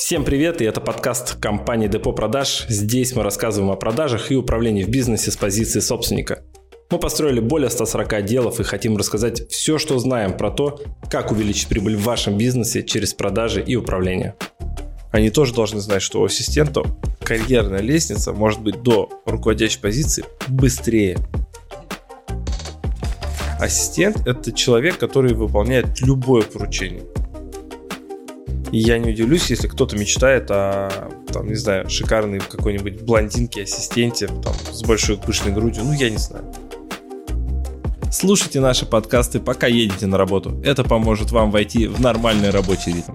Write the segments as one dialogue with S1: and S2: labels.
S1: Всем привет, и это подкаст компании Депо Продаж. Здесь мы рассказываем о продажах и управлении в бизнесе с позиции собственника. Мы построили более 140 отделов и хотим рассказать все, что знаем про то, как увеличить прибыль в вашем бизнесе через продажи и управление.
S2: Они тоже должны знать, что у ассистентов карьерная лестница может быть до руководящей позиции быстрее. Ассистент – это человек, который выполняет любое поручение. И я не удивлюсь, если кто-то мечтает о, шикарной какой-нибудь блондинке-ассистенте, с большой пышной грудью, я не знаю.
S1: Слушайте наши подкасты, пока едете на работу. Это поможет вам войти в нормальный рабочий ритм.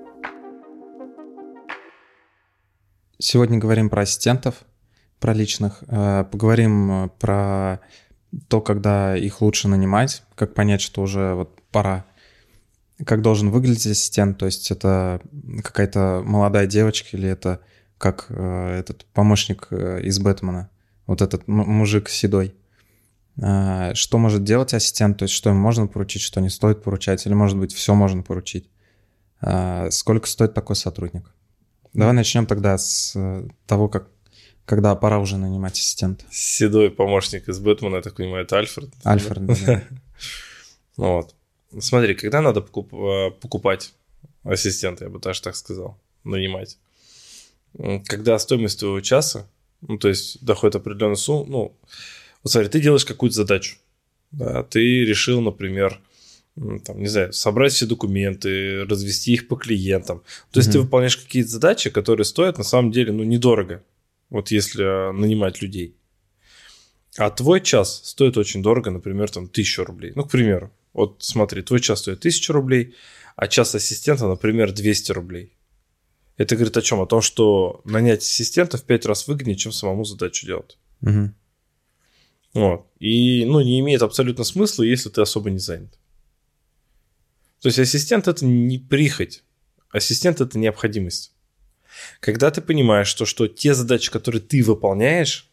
S3: Сегодня говорим про ассистентов, про личных. Поговорим про то, когда их лучше нанимать, как понять, что уже пора. Как должен выглядеть ассистент, то есть это какая-то молодая девочка или это как этот помощник из Бэтмена, этот мужик седой. Что может делать ассистент, то есть что ему можно поручить, что не стоит поручать, или, может быть, все можно поручить. Сколько стоит такой сотрудник? Давай начнем тогда с того, когда пора уже нанимать ассистента.
S2: Седой помощник из Бэтмена, я так понимаю, это Альфред.
S3: Альфред, да.
S2: Вот. Смотри, когда надо покупать ассистента, я бы даже так сказал, нанимать. Когда стоимость твоего часа, то есть доходит определенную сумму, смотри, ты делаешь какую-то задачу, да, ты решил, например, собрать все документы, развести их по клиентам. То есть ты выполняешь какие-то задачи, которые стоят на самом деле, недорого, если нанимать людей. А твой час стоит очень дорого, например, 1000 рублей. К примеру. Смотри, твой час стоит 1000 рублей, а час ассистента, например, 200 рублей. Это говорит о чем? О том, что нанять ассистента в 5 раз выгоднее, чем самому задачу делать. И не имеет абсолютно смысла, если ты особо не занят. То есть ассистент – это не прихоть, ассистент – это необходимость. Когда ты понимаешь, что те задачи, которые ты выполняешь,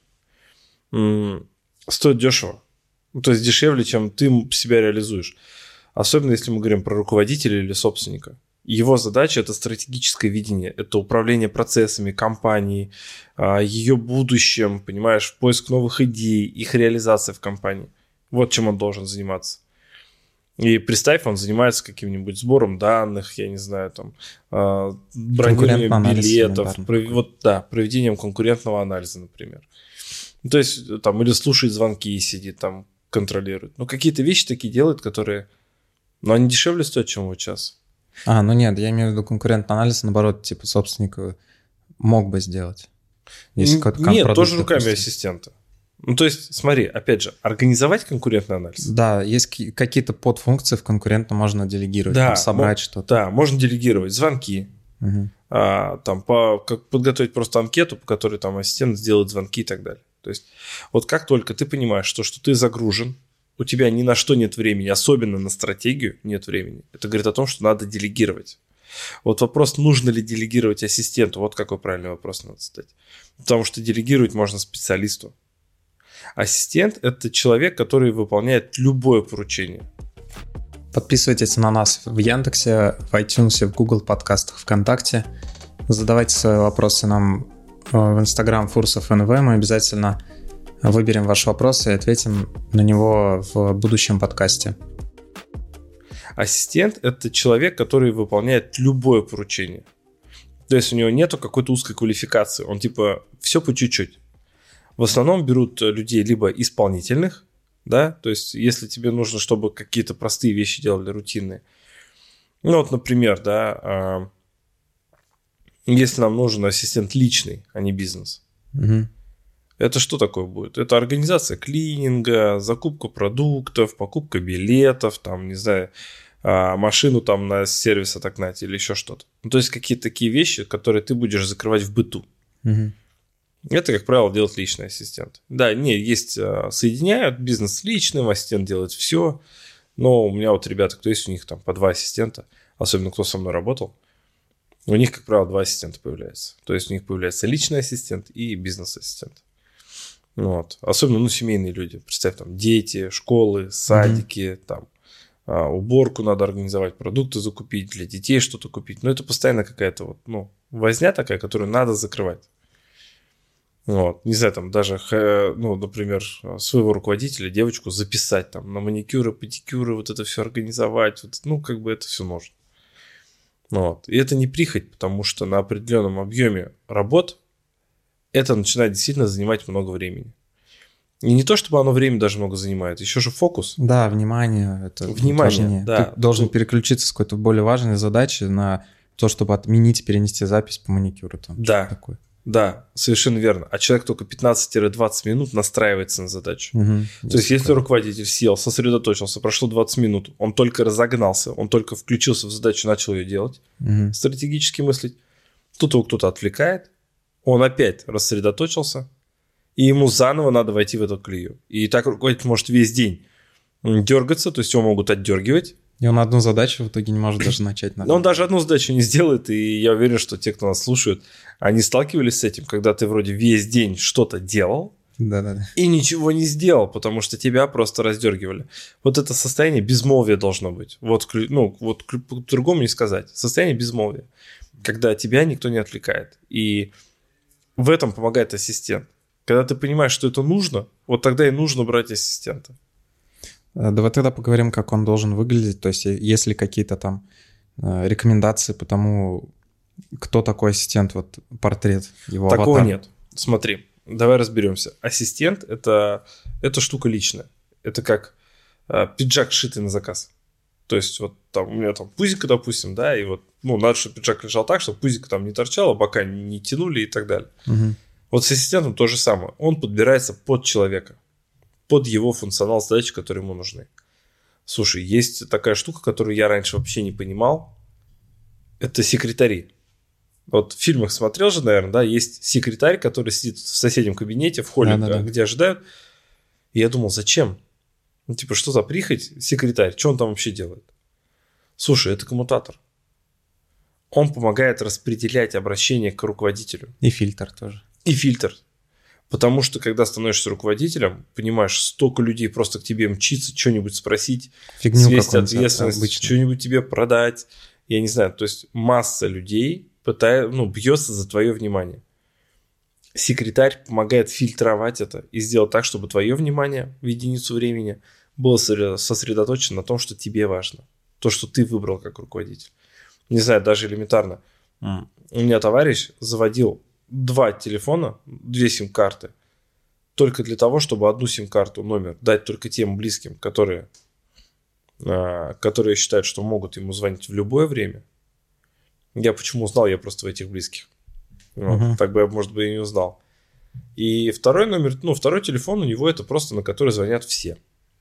S2: стоят дешево. То есть дешевле, чем ты себя реализуешь. Особенно, если мы говорим про руководителя или собственника. Его задача – это стратегическое видение, это управление процессами компании, ее будущим, понимаешь, поиск новых идей, их реализация в компании. Вот чем он должен заниматься. И представь, он занимается каким-нибудь сбором данных, я не знаю, бронированием билетов, проведением конкурентного анализа, например. То есть, или слушает звонки и сидит контролирует. Какие-то вещи такие делают, которые... они дешевле стоят, чем его час.
S3: Нет, я имею в виду конкурентный анализ, наоборот, собственник мог бы сделать.
S2: Нет, тоже руками ассистента. То есть, смотри, опять же, организовать конкурентный анализ.
S3: Да, есть какие-то подфункции в конкурентном можно делегировать, собрать что-то.
S2: Да, можно делегировать звонки, как подготовить просто анкету, по которой ассистент сделает звонки и так далее. То есть, как только ты понимаешь, что ты загружен, у тебя ни на что нет времени, особенно на стратегию нет времени, это говорит о том, что надо делегировать. Вопрос, нужно ли делегировать ассистенту, какой правильный вопрос надо задать. Потому что делегировать можно специалисту. Ассистент – это человек, который выполняет любое поручение.
S3: Подписывайтесь на нас в Яндексе, в iTunes, в Google подкастах, ВКонтакте. Задавайте свои вопросы нам в Instagram Фурсов НВ. Мы обязательно выберем ваш вопрос и ответим на него в будущем подкасте.
S2: Ассистент – это человек, который выполняет любое поручение. То есть у него нету какой-то узкой квалификации. Он все по чуть-чуть. В основном берут людей либо исполнительных, да, то есть если тебе нужно, чтобы какие-то простые вещи делали, рутинные. Например, да, если нам нужен ассистент личный, а не бизнес. Это что такое будет? Это организация клининга, закупка продуктов, покупка билетов, машину на сервис отогнать или еще что-то. То есть какие-то такие вещи, которые ты будешь закрывать в быту. Это, как правило, делает личный ассистент. Да, есть соединяют бизнес с личным, ассистент делает все. Но у меня ребята, кто есть, у них по 2 ассистента, особенно кто со мной работал, у них, как правило, 2 ассистента появляется. То есть у них появляется личный ассистент и бизнес-ассистент. Особенно, семейные люди. Представь, дети, школы, садики, уборку надо организовать, продукты закупить, для детей что-то купить. Это постоянно какая-то возня такая, которую надо закрывать. Вот. Не знаю, там даже, ну, например, своего руководителя, девочку записать там на маникюры, педикюры, вот это все организовать. Вот, ну, как бы это все нужно. Вот. И это не прихоть, потому что на определенном объеме работ это начинает действительно занимать много времени. И не то, чтобы оно время даже много занимает, еще же фокус.
S3: Да, внимание. Это
S2: внимание, да.
S3: Ты должен переключиться с какой-то более важной задачи на то, чтобы отменить, перенести запись по маникюру. Там,
S2: да,
S3: такое.
S2: Да, совершенно верно. А человек только 15-20 минут настраивается на задачу. То есть, если руководитель сел, сосредоточился, прошло 20 минут, он только разогнался, он только включился в задачу, начал ее делать, стратегически мыслить, тут его кто-то отвлекает, он опять рассредоточился, и ему заново надо войти в эту колею. И так руководитель может весь день дергаться, то есть его могут отдергивать.
S3: И он одну задачу в итоге не может даже начать.
S2: Но он даже одну задачу не сделает, и я уверен, что те, кто нас слушают, они сталкивались с этим, когда ты вроде весь день что-то делал, и ничего не сделал, потому что тебя просто раздергивали. Вот это состояние безмолвия должно быть. Вот по-другому не сказать. Состояние безмолвия, когда тебя никто не отвлекает. И в этом помогает ассистент. Когда ты понимаешь, что это нужно, вот тогда и нужно брать ассистента.
S3: Давай тогда поговорим, как он должен выглядеть. То есть есть ли какие-то там рекомендации по тому, кто такой ассистент, вот портрет его
S2: Такого
S3: аватар?
S2: нет. Смотри, давай разберемся. Ассистент – это штука личная. Это как пиджак, сшитый на заказ. То есть вот там у меня там пузико, допустим, да, и вот, ну, надо, чтобы пиджак лежал так, чтобы пузико там не торчало, бока не тянули и так далее. Вот с ассистентом то же самое. Он подбирается под человека, под его функционал задач, которые ему нужны. Слушай, есть такая штука, которую я раньше вообще не понимал. Это секретари. Вот в фильмах смотрел же, наверное, да, есть секретарь, который сидит в соседнем кабинете, в холле, где ожидают. И я думал, зачем? Ну, типа, что за прихоть секретарь? Что он там вообще делает? Слушай, это коммутатор. Он помогает распределять обращение к руководителю.
S3: И фильтр тоже.
S2: И фильтр. Потому что, когда становишься руководителем, понимаешь, столько людей просто к тебе мчится, что-нибудь спросить, свести ответственность, что-нибудь тебе продать. Я не знаю, то есть масса людей бьется за твое внимание. Секретарь помогает фильтровать это и сделать так, чтобы твое внимание в единицу времени было сосредоточено на том, что тебе важно. То, что ты выбрал как руководитель. Не знаю, даже элементарно. У меня товарищ заводил 2 телефона, 2 сим-карты, только для того, чтобы одну сим-карту, номер дать только тем близким, которые считают, что могут ему звонить в любое время. Я почему узнал? Я просто в этих близких. Так бы я, может быть, и не узнал. И второй номер, второй телефон у него это просто, на который звонят все.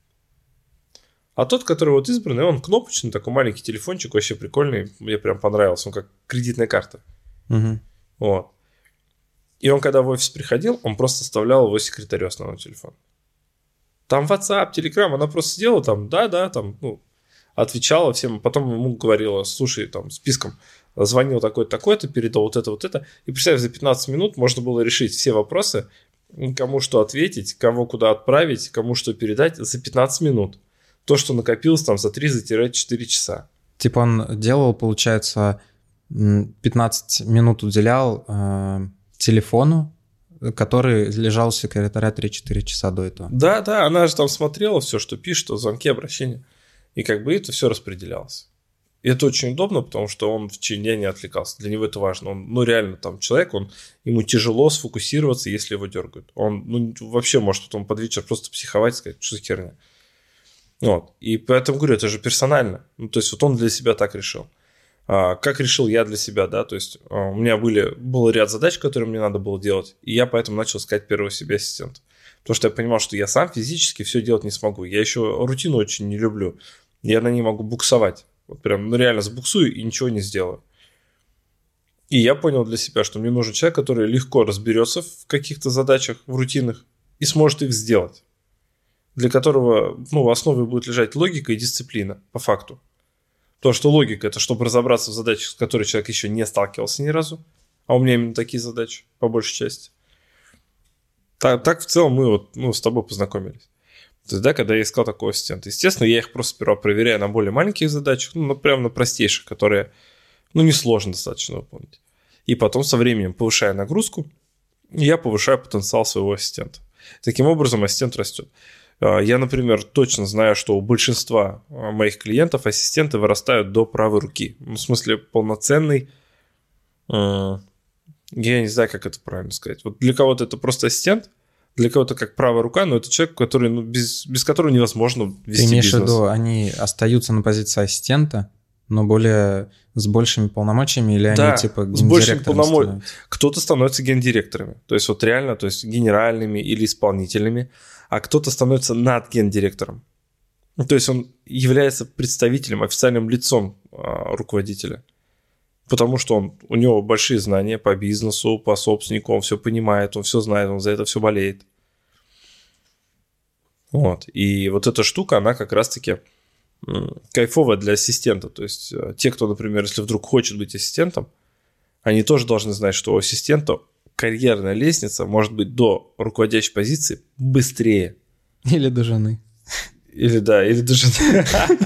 S2: А тот, который вот избранный, он кнопочный, такой маленький телефончик, вообще прикольный, мне прям понравился, он как кредитная карта. Вот. И он, когда в офис приходил, он просто оставлял его секретарю основной телефон. Там WhatsApp, Telegram, она просто сидела там, отвечала всем, потом ему говорила, слушай, там, списком, звонил такой-то, такой-то, передал вот это. И, представь, за 15 минут можно было решить все вопросы, кому что ответить, кого куда отправить, кому что передать за 15 минут. То, что накопилось там за 3-4 часа.
S3: Типа он делал, получается, 15 минут уделял телефону, который лежал у секретаря 3-4 часа до этого.
S2: Да, она же там смотрела все, что пишет, звонки, обращения. И как бы это все распределялось. И это очень удобно, потому что он в течение дня не отвлекался. Для него это важно. Он, реально там человек, ему тяжело сфокусироваться, если его дергают. Он вообще может потом под вечер просто психовать и сказать, что за херня. Вот. И поэтому говорю, это же персонально. То есть вот он для себя так решил. Как решил я для себя, да, то есть у меня был ряд задач, которые мне надо было делать, и я поэтому начал искать первого себе ассистента. Потому что я понимал, что я сам физически все делать не смогу. Я еще рутину очень не люблю. Я на ней могу буксовать. Вот прям, реально сбуксую и ничего не сделаю. И я понял для себя, что мне нужен человек, который легко разберется в каких-то задачах, в рутинных, и сможет их сделать. Для которого, в основе будет лежать логика и дисциплина, по факту. Потому что логика – это чтобы разобраться в задачах, с которыми человек еще не сталкивался ни разу. А у меня именно такие задачи, по большей части. Так в целом мы с тобой познакомились. То есть, да, когда я искал такого ассистента. Естественно, я их просто сперва проверяю на более маленьких задачах, прям на простейших, которые, несложно достаточно выполнить. И потом со временем, повышая нагрузку, я повышаю потенциал своего ассистента. Таким образом, ассистент растет. Я, например, точно знаю, что у большинства моих клиентов ассистенты вырастают до правой руки. Ну, в смысле, полноценный... Я не знаю, как это правильно сказать. Вот для кого-то это просто ассистент, для кого-то как правая рука, но это человек, который, без которого невозможно вести бизнес.
S3: Ты имеешь в виду, они остаются на позиции ассистента, но с большими полномочиями, или
S2: да,
S3: они типа
S2: с большими полномочиями.
S3: становятся?
S2: Кто-то становится гендиректорами, то есть вот реально, то есть генеральными или исполнительными, а кто-то становится над гендиректором. То есть он является представителем, официальным лицом руководителя. Потому что у него большие знания по бизнесу, по собственнику, он все понимает, он все знает, он за это все болеет. Вот. И вот эта штука, она как раз-таки кайфовая для ассистента. То есть те, кто, например, если вдруг хочет быть ассистентом, они тоже должны знать, что у ассистента карьерная лестница может быть до руководящей позиции быстрее.
S3: Или до жены.
S2: Или до жены.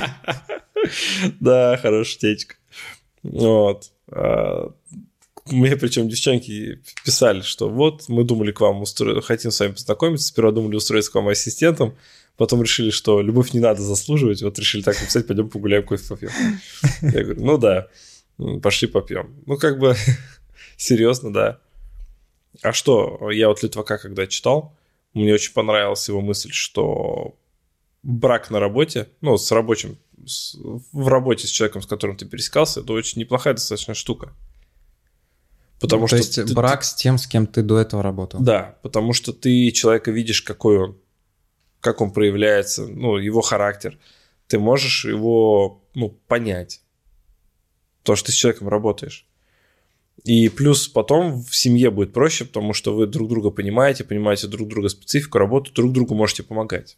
S2: Да, хорошая течка. Вот. Мне причем девчонки писали, что вот мы думали к вам хотим с вами познакомиться, сперва думали устроиться к вам ассистентом, потом решили, что любовь не надо заслуживать, вот решили так написать, пойдем погуляем, кофе попьем. Я говорю, ну да, пошли попьем. Ну как бы серьезно, да. А что, я вот Литвака когда читал, мне очень понравилась его мысль, что брак на работе, ну в работе с человеком, с которым ты пересекался, это очень неплохая достаточно штука.
S3: Потому то что есть брак с тем, с кем ты до этого работал.
S2: Да, потому что ты человека видишь, как он проявляется, ну, его характер. Ты можешь его, понять. Потому что ты с человеком работаешь. И плюс потом в семье будет проще, потому что вы друг друга понимаете друг друга специфику, работу, друг другу можете помогать.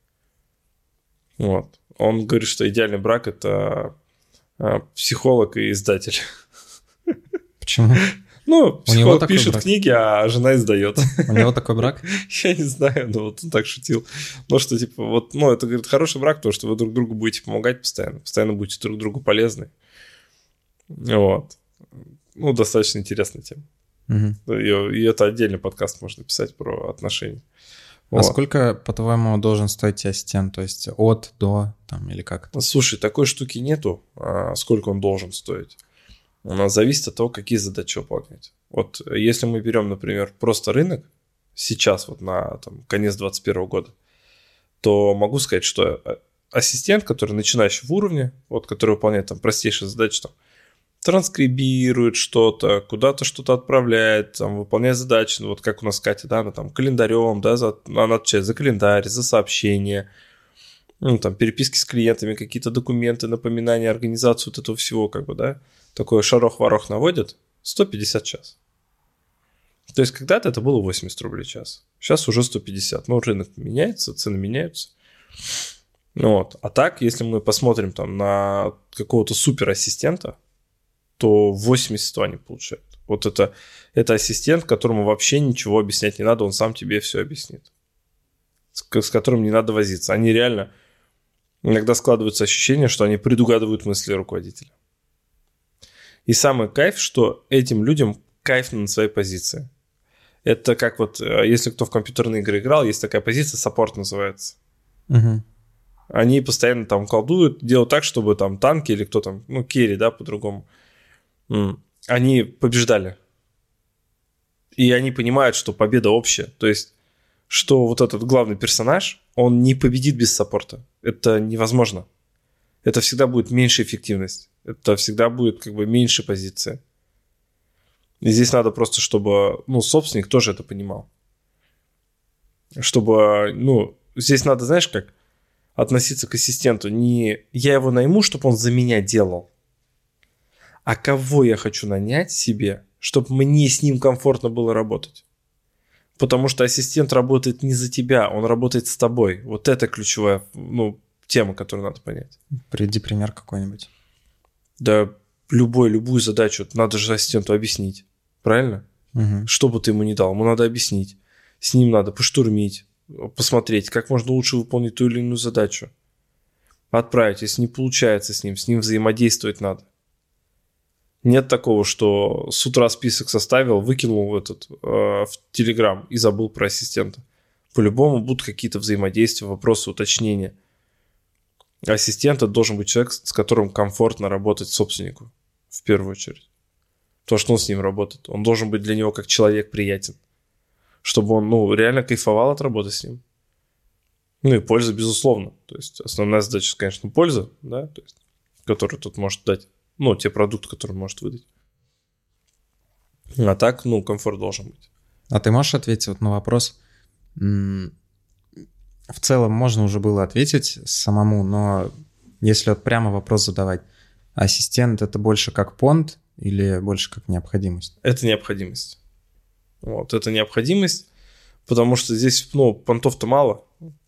S2: Вот. Он говорит, что идеальный брак – это психолог и издатель.
S3: Почему?
S2: Психолог пишет книги, а жена издает.
S3: У него такой брак?
S2: Я не знаю, но вот он так шутил. Что типа, это, говорит, хороший брак, потому что вы друг другу будете помогать постоянно будете друг другу полезны. Вот. Достаточно интересная тема.
S3: Угу.
S2: И это отдельный подкаст можно писать про отношения.
S3: А сколько, по-твоему, должен стоить ассистент? То есть от, до, или как?
S2: Слушай, такой штуки нету, сколько он должен стоить. Она зависит от того, какие задачи выполнять. Вот если мы берем, например, просто рынок сейчас на конец 2021 года, то могу сказать, что ассистент, который начинающий в уровне, который выполняет простейшие задачи, транскрибирует что-то, куда-то что-то отправляет, выполняет задачи, как у нас Катя, да, она календарем, да, она отвечает за календарь, за сообщения, переписки с клиентами, какие-то документы, напоминания, организацию вот этого всего, да, такой шарох-ворох наводит, 150 в час. То есть когда-то это было 80 рублей в час, сейчас уже 150, рынок меняется, цены меняются. А так, если мы посмотрим на какого-то суперассистента, то 80 они получают. Это ассистент, которому вообще ничего объяснять не надо, он сам тебе все объяснит. С которым не надо возиться. Они реально... Иногда складываются ощущение, что они предугадывают мысли руководителя. И самый кайф, что этим людям кайфно на своей позиции. Это как если кто в компьютерные игры играл, есть такая позиция, саппорт называется.
S3: Угу.
S2: Они постоянно колдуют, делают так, чтобы танки или кто керри, да, по-другому, они побеждали. И они понимают, что победа общая. То есть, что этот главный персонаж, он не победит без саппорта. Это невозможно. Это всегда будет меньшая эффективность. Это всегда будет меньше позиции. И здесь надо просто, чтобы собственник тоже это понимал. Чтобы, здесь надо, знаешь, как относиться к ассистенту. Не я его найму, чтобы он за меня делал, а кого я хочу нанять себе, чтобы мне с ним комфортно было работать. Потому что ассистент работает не за тебя, он работает с тобой. Вот это ключевая, тема, которую надо понять.
S3: Приведи пример какой-нибудь.
S2: Да, любую задачу надо же ассистенту объяснить. Правильно?
S3: Угу.
S2: Что бы ты ему ни дал, ему надо объяснить. С ним надо поштурмить, посмотреть, как можно лучше выполнить ту или иную задачу. Отправить, если не получается с ним взаимодействовать надо. Нет такого, что с утра список составил, выкинул в Telegram и забыл про ассистента. По-любому будут какие-то взаимодействия, вопросы, уточнения. Ассистент – это должен быть человек, с которым комфортно работать собственнику, в первую очередь. То, что он с ним работает. Он должен быть для него как человек приятен. Чтобы он реально кайфовал от работы с ним. И польза, безусловно. То есть основная задача, конечно, польза, да, то есть, которую тут может дать. Те продукты, которые он может выдать. А так, комфорт должен быть.
S3: А ты можешь ответить на вопрос? В целом можно уже было ответить самому, но если прямо вопрос задавать, ассистент это больше как понт или больше как необходимость?
S2: Это необходимость. Это необходимость, потому что здесь, понтов-то мало.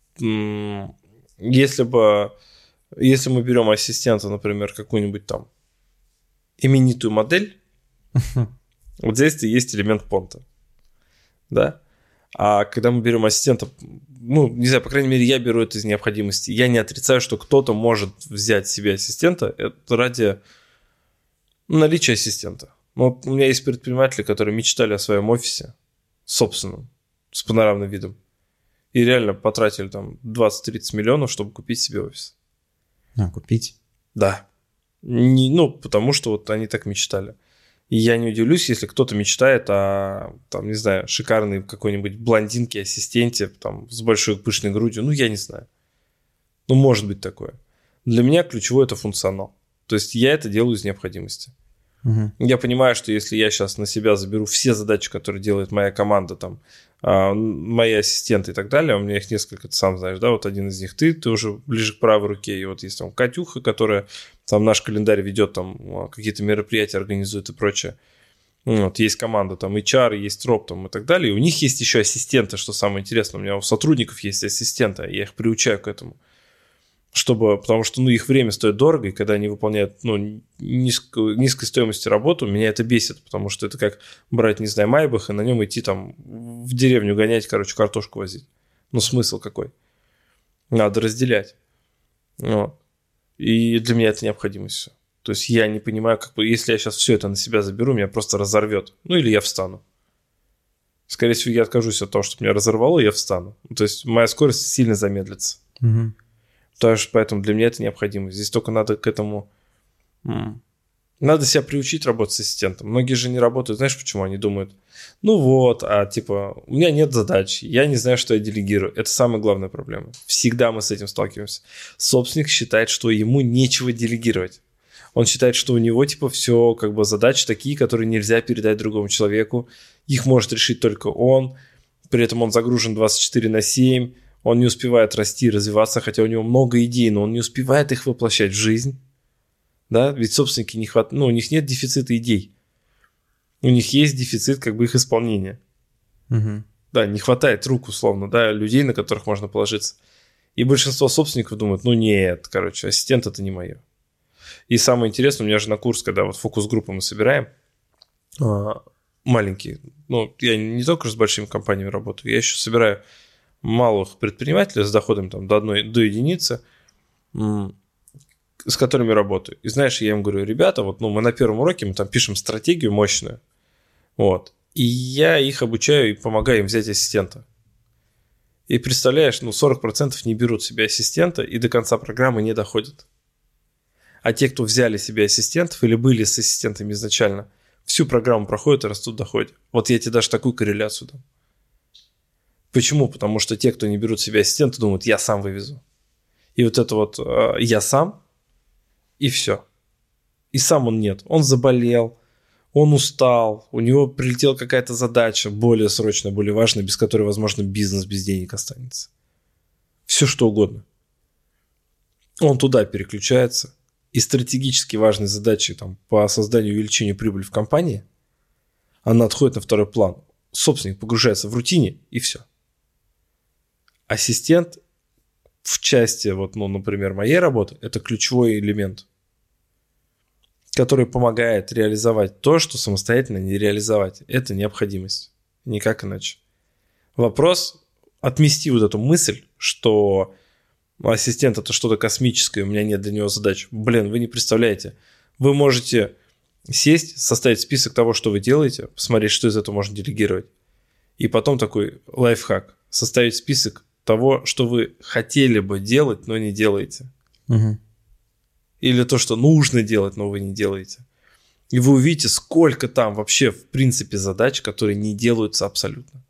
S2: Если мы берем ассистента, например, какую-нибудь там именитую модель, вот здесь-то есть элемент понта. Да? А когда мы берем ассистента, не знаю, по крайней мере, я беру это из необходимости. Я не отрицаю, что кто-то может взять себе ассистента это ради наличия ассистента. У меня есть предприниматели, которые мечтали о своем офисе собственном, с панорамным видом. И реально потратили там 20-30 миллионов, чтобы купить себе офис.
S3: Купить?
S2: Да. Потому что они так мечтали. И я не удивлюсь, если кто-то мечтает о, не знаю, шикарной какой-нибудь блондинке-ассистенте, с большой пышной грудью. Я не знаю. Может быть такое. Для меня ключевой это функционал. То есть я это делаю из необходимости.
S3: Угу.
S2: Я понимаю, что если я сейчас на себя заберу все задачи, которые делает моя команда, мои ассистенты и так далее, у меня их несколько, ты сам знаешь, да, один из них ты уже ближе к правой руке, и есть Катюха, которая наш календарь ведет, какие-то мероприятия организует и прочее. Есть команда, HR, есть РОП и так далее, и у них есть еще ассистенты, что самое интересное, у меня у сотрудников есть ассистенты, я их приучаю к этому. Потому что их время стоит дорого, и когда они выполняют низкой стоимости работу, меня это бесит, потому что это как брать, не знаю, Майбах и на нем идти в деревню гонять, картошку возить. Смысл какой? Надо разделять. И для меня это необходимость все. То есть я не понимаю, если я сейчас все это на себя заберу, меня просто разорвет. Или я встану. Скорее всего, я откажусь от того, чтобы меня разорвало, и я встану. То есть моя скорость сильно замедлится.
S3: Угу.
S2: Поэтому для меня это необходимо. Здесь только надо к этому... Надо себя приучить работать с ассистентом. Многие же не работают. Знаешь, почему? Они думают, у меня нет задач, я не знаю, что я делегирую. Это самая главная проблема. Всегда мы с этим сталкиваемся. Собственник считает, что ему нечего делегировать. Он считает, что у него, все, задачи такие, которые нельзя передать другому человеку. Их может решить только он. При этом он загружен 24/7. Он не успевает расти и развиваться, хотя у него много идей, но он не успевает их воплощать в жизнь. Да? Ведь собственники у них нет дефицита идей. У них есть дефицит их исполнения.
S3: Угу.
S2: Да, не хватает рук, условно, да, людей, на которых можно положиться. И большинство собственников думают, нет, ассистент это не мое. И самое интересное, у меня же на курс, когда фокус-группы мы собираем, маленькие, я не только с большими компаниями работаю, я еще собираю малых предпринимателей с доходом до единицы, с которыми работаю. И знаешь, я им говорю, ребята, мы на первом уроке мы пишем стратегию мощную, и я их обучаю и помогаю им взять ассистента. И представляешь, 40% не берут себе ассистента и до конца программы не доходят. А те, кто взяли себе ассистентов или были с ассистентами изначально, всю программу проходят и растут в доходе. Я тебе даже такую корреляцию дам. Почему? Потому что те, кто не берут себе ассистента, думают, я сам вывезу. И это я сам, и все. И сам он нет. Он заболел, он устал, у него прилетела какая-то задача более срочная, более важная, без которой, возможно, бизнес без денег останется. Все что угодно. Он туда переключается, и стратегически важные задачи по созданию и увеличению прибыли в компании, она отходит на второй план. Собственник погружается в рутине, и все. Ассистент в части, например, моей работы, это ключевой элемент, который помогает реализовать то, что самостоятельно не реализовать. Это необходимость. Никак иначе. Вопрос отмести эту мысль, что ассистент это что-то космическое, у меня нет для него задач. Вы не представляете. Вы можете сесть, составить список того, что вы делаете, посмотреть, что из этого можно делегировать. И потом такой лайфхак. Составить список того, что вы хотели бы делать, но не делаете.
S3: Угу.
S2: Или то, что нужно делать, но вы не делаете. И вы увидите, сколько там вообще в принципе задач, которые не делаются абсолютно.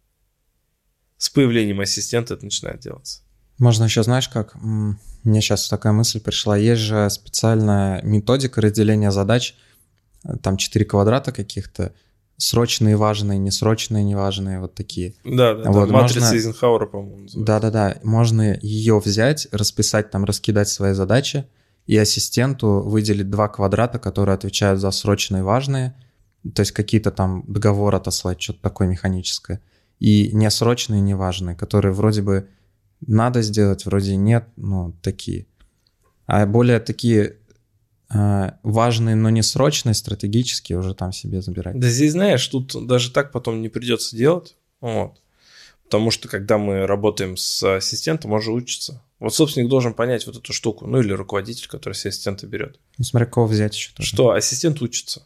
S2: С появлением ассистента это начинает делаться.
S3: Можно еще, знаешь как, мне сейчас такая мысль пришла, есть же специальная методика разделения задач, там 4 квадрата каких-то, срочные, важные, несрочные, неважные, вот такие.
S2: Да,
S3: вот,
S2: матрица Эйзенхауэра, по-моему, называется.
S3: Да, можно ее взять, расписать, там, раскидать свои задачи, и ассистенту выделить 2 квадрата, которые отвечают за срочные, важные, то есть какие-то там договоры отослать, что-то такое механическое, и несрочные, неважные, которые вроде бы надо сделать, вроде нет, ну, такие. А более такие важные, но не срочные, стратегические уже там себе забирать.
S2: Да здесь, знаешь, тут даже так потом не придется делать. Вот. Потому что, когда мы работаем с ассистентом, он же учится. Вот собственник должен понять вот эту штуку. Ну, или руководитель, который себе ассистента берет.
S3: Ну, смотри, кого взять еще тоже.
S2: Что ассистент учится.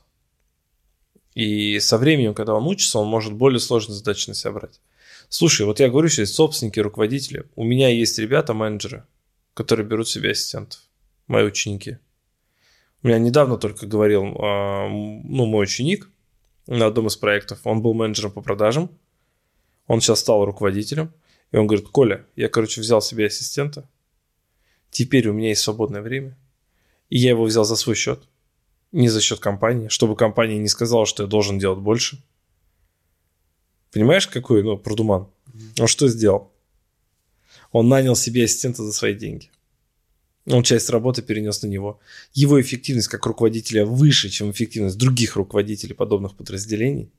S2: И со временем, когда он учится, он может более сложные задачи на себя брать. Слушай, вот я говорю сейчас, собственники, руководители. У меня есть ребята, менеджеры, которые берут себе ассистентов. Мои ученики. У меня недавно только говорил, мой ученик на одном из проектов. Он был менеджером по продажам. Он сейчас стал руководителем. И он говорит: Коля, я, взял себе ассистента. Теперь у меня есть свободное время. И я его взял за свой счет. Не за счет компании. Чтобы компания не сказала, что я должен делать больше. Понимаешь, какой, продуман? Он что сделал? Он нанял себе ассистента за свои деньги. Он часть работы перенес на него. Его эффективность как руководителя выше, чем эффективность других руководителей подобных подразделений.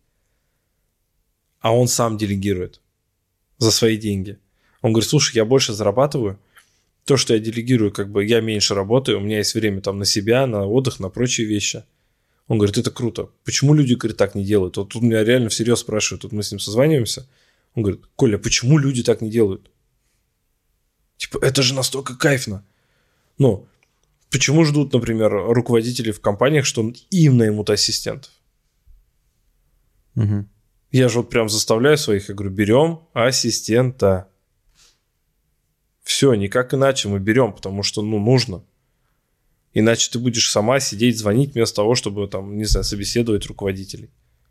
S2: А он сам делегирует за свои деньги. Он говорит: слушай, я больше зарабатываю. То, что я делегирую, я меньше работаю. У меня есть время там на себя, на отдых, на прочие вещи. Он говорит: это круто. Почему люди, говорит, так не делают? Вот тут меня реально всерьез спрашивают. Тут мы с ним созваниваемся. Он говорит: Коля, почему люди так не делают? Это же настолько кайфно. Почему ждут, например, руководители в компаниях, что им наймут ассистентов?
S3: Угу.
S2: Я же прям заставляю своих, я говорю: берем ассистента. Все, никак иначе мы берем, потому что, нужно. Иначе ты будешь сама сидеть, звонить вместо того, чтобы, собеседовать руководителей.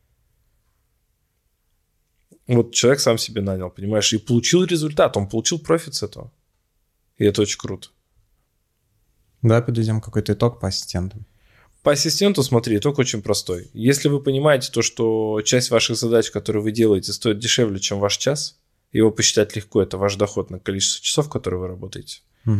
S2: Вот человек сам себе нанял, понимаешь, и получил результат, он получил профит с этого. И это очень круто.
S3: Да, подведем какой-то итог по ассистентам.
S2: По ассистенту, смотри, итог очень простой. Если вы понимаете то, что часть ваших задач, которые вы делаете, стоит дешевле, чем ваш час, его посчитать легко, это ваш доход на количество часов, которые вы работаете,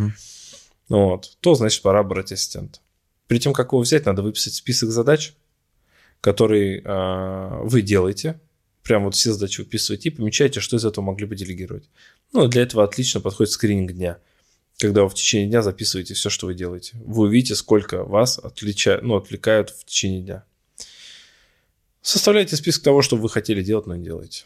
S2: то, значит, пора брать ассистента. Перед тем, как его взять, надо выписать список задач, которые вы делаете. Прям вот все задачи выписываете и помечаете, что из этого могли бы делегировать. Для этого отлично подходит скрининг дня. Когда вы в течение дня записываете все, что вы делаете. Вы увидите, сколько вас отвлекают в течение дня. Составляйте список того, что вы хотели делать, но не делаете.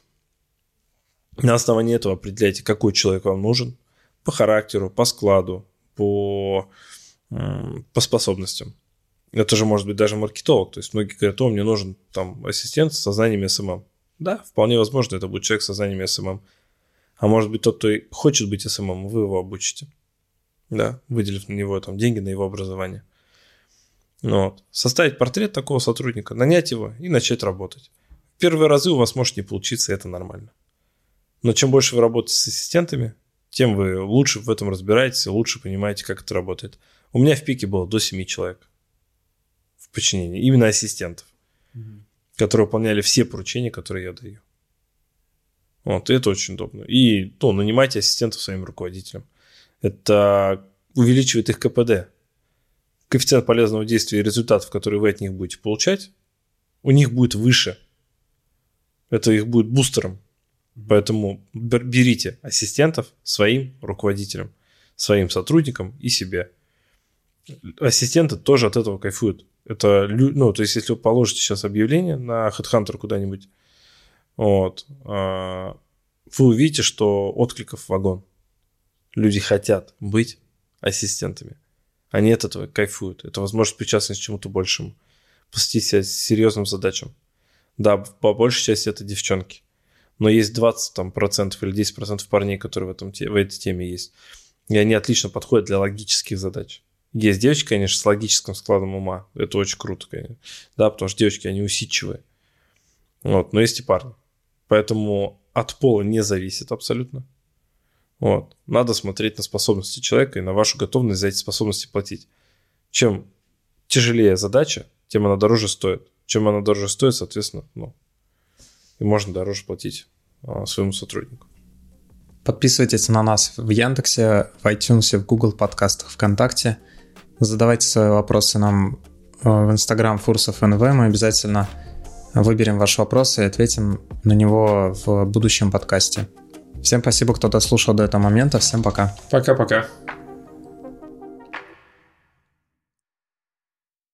S2: На основании этого определяйте, какой человек вам нужен. По характеру, по складу, по способностям. Это же может быть даже маркетолог. То есть многие говорят: мне нужен ассистент со знаниями СММ. Да, вполне возможно, это будет человек со знаниями СММ. А может быть, тот, кто хочет быть СММ, вы его обучите. Да, выделив на него деньги на его образование. Составить портрет такого сотрудника, нанять его и начать работать. В первые разы у вас может не получиться, это нормально. Но чем больше вы работаете с ассистентами, тем вы лучше в этом разбираетесь, лучше понимаете, как это работает. У меня в пике было до 7 человек в подчинении, именно ассистентов, которые выполняли все поручения, которые я даю. Это очень удобно. И нанимайте ассистентов своим руководителям. Это увеличивает их КПД. Коэффициент полезного действия и результатов, которые вы от них будете получать, у них будет выше. Это их будет бустером. Поэтому берите ассистентов своим руководителям, своим сотрудникам и себе. Ассистенты тоже от этого кайфуют. Это, то есть, если вы положите сейчас объявление на HeadHunter куда-нибудь, вы увидите, что откликов вагон. Люди хотят быть ассистентами. Они от этого кайфуют. Это возможность причастность к чему-то большему. посвятить себя серьезным задачам. Да, по большей части это девчонки. Но есть 20% или 10% парней, которые в этой теме есть. И они отлично подходят для логических задач. Есть девочки, конечно, с логическим складом ума. Это очень круто, конечно. Да, потому что девочки, они усидчивые. Вот. Но есть и парни. Поэтому от пола не зависит абсолютно. Вот. Надо смотреть на способности человека и на вашу готовность за эти способности платить. Чем тяжелее задача, тем она дороже стоит. Чем она дороже стоит, соответственно, и можно дороже платить своему сотруднику.
S3: Подписывайтесь на нас в Яндексе, в iTunes, в Google подкастах, ВКонтакте. Задавайте свои вопросы нам в Instagram Фурсов НВ. Мы обязательно выберем ваш вопрос и ответим на него в будущем подкасте. Всем спасибо, кто дослушал до этого момента. Всем пока.
S2: Пока-пока.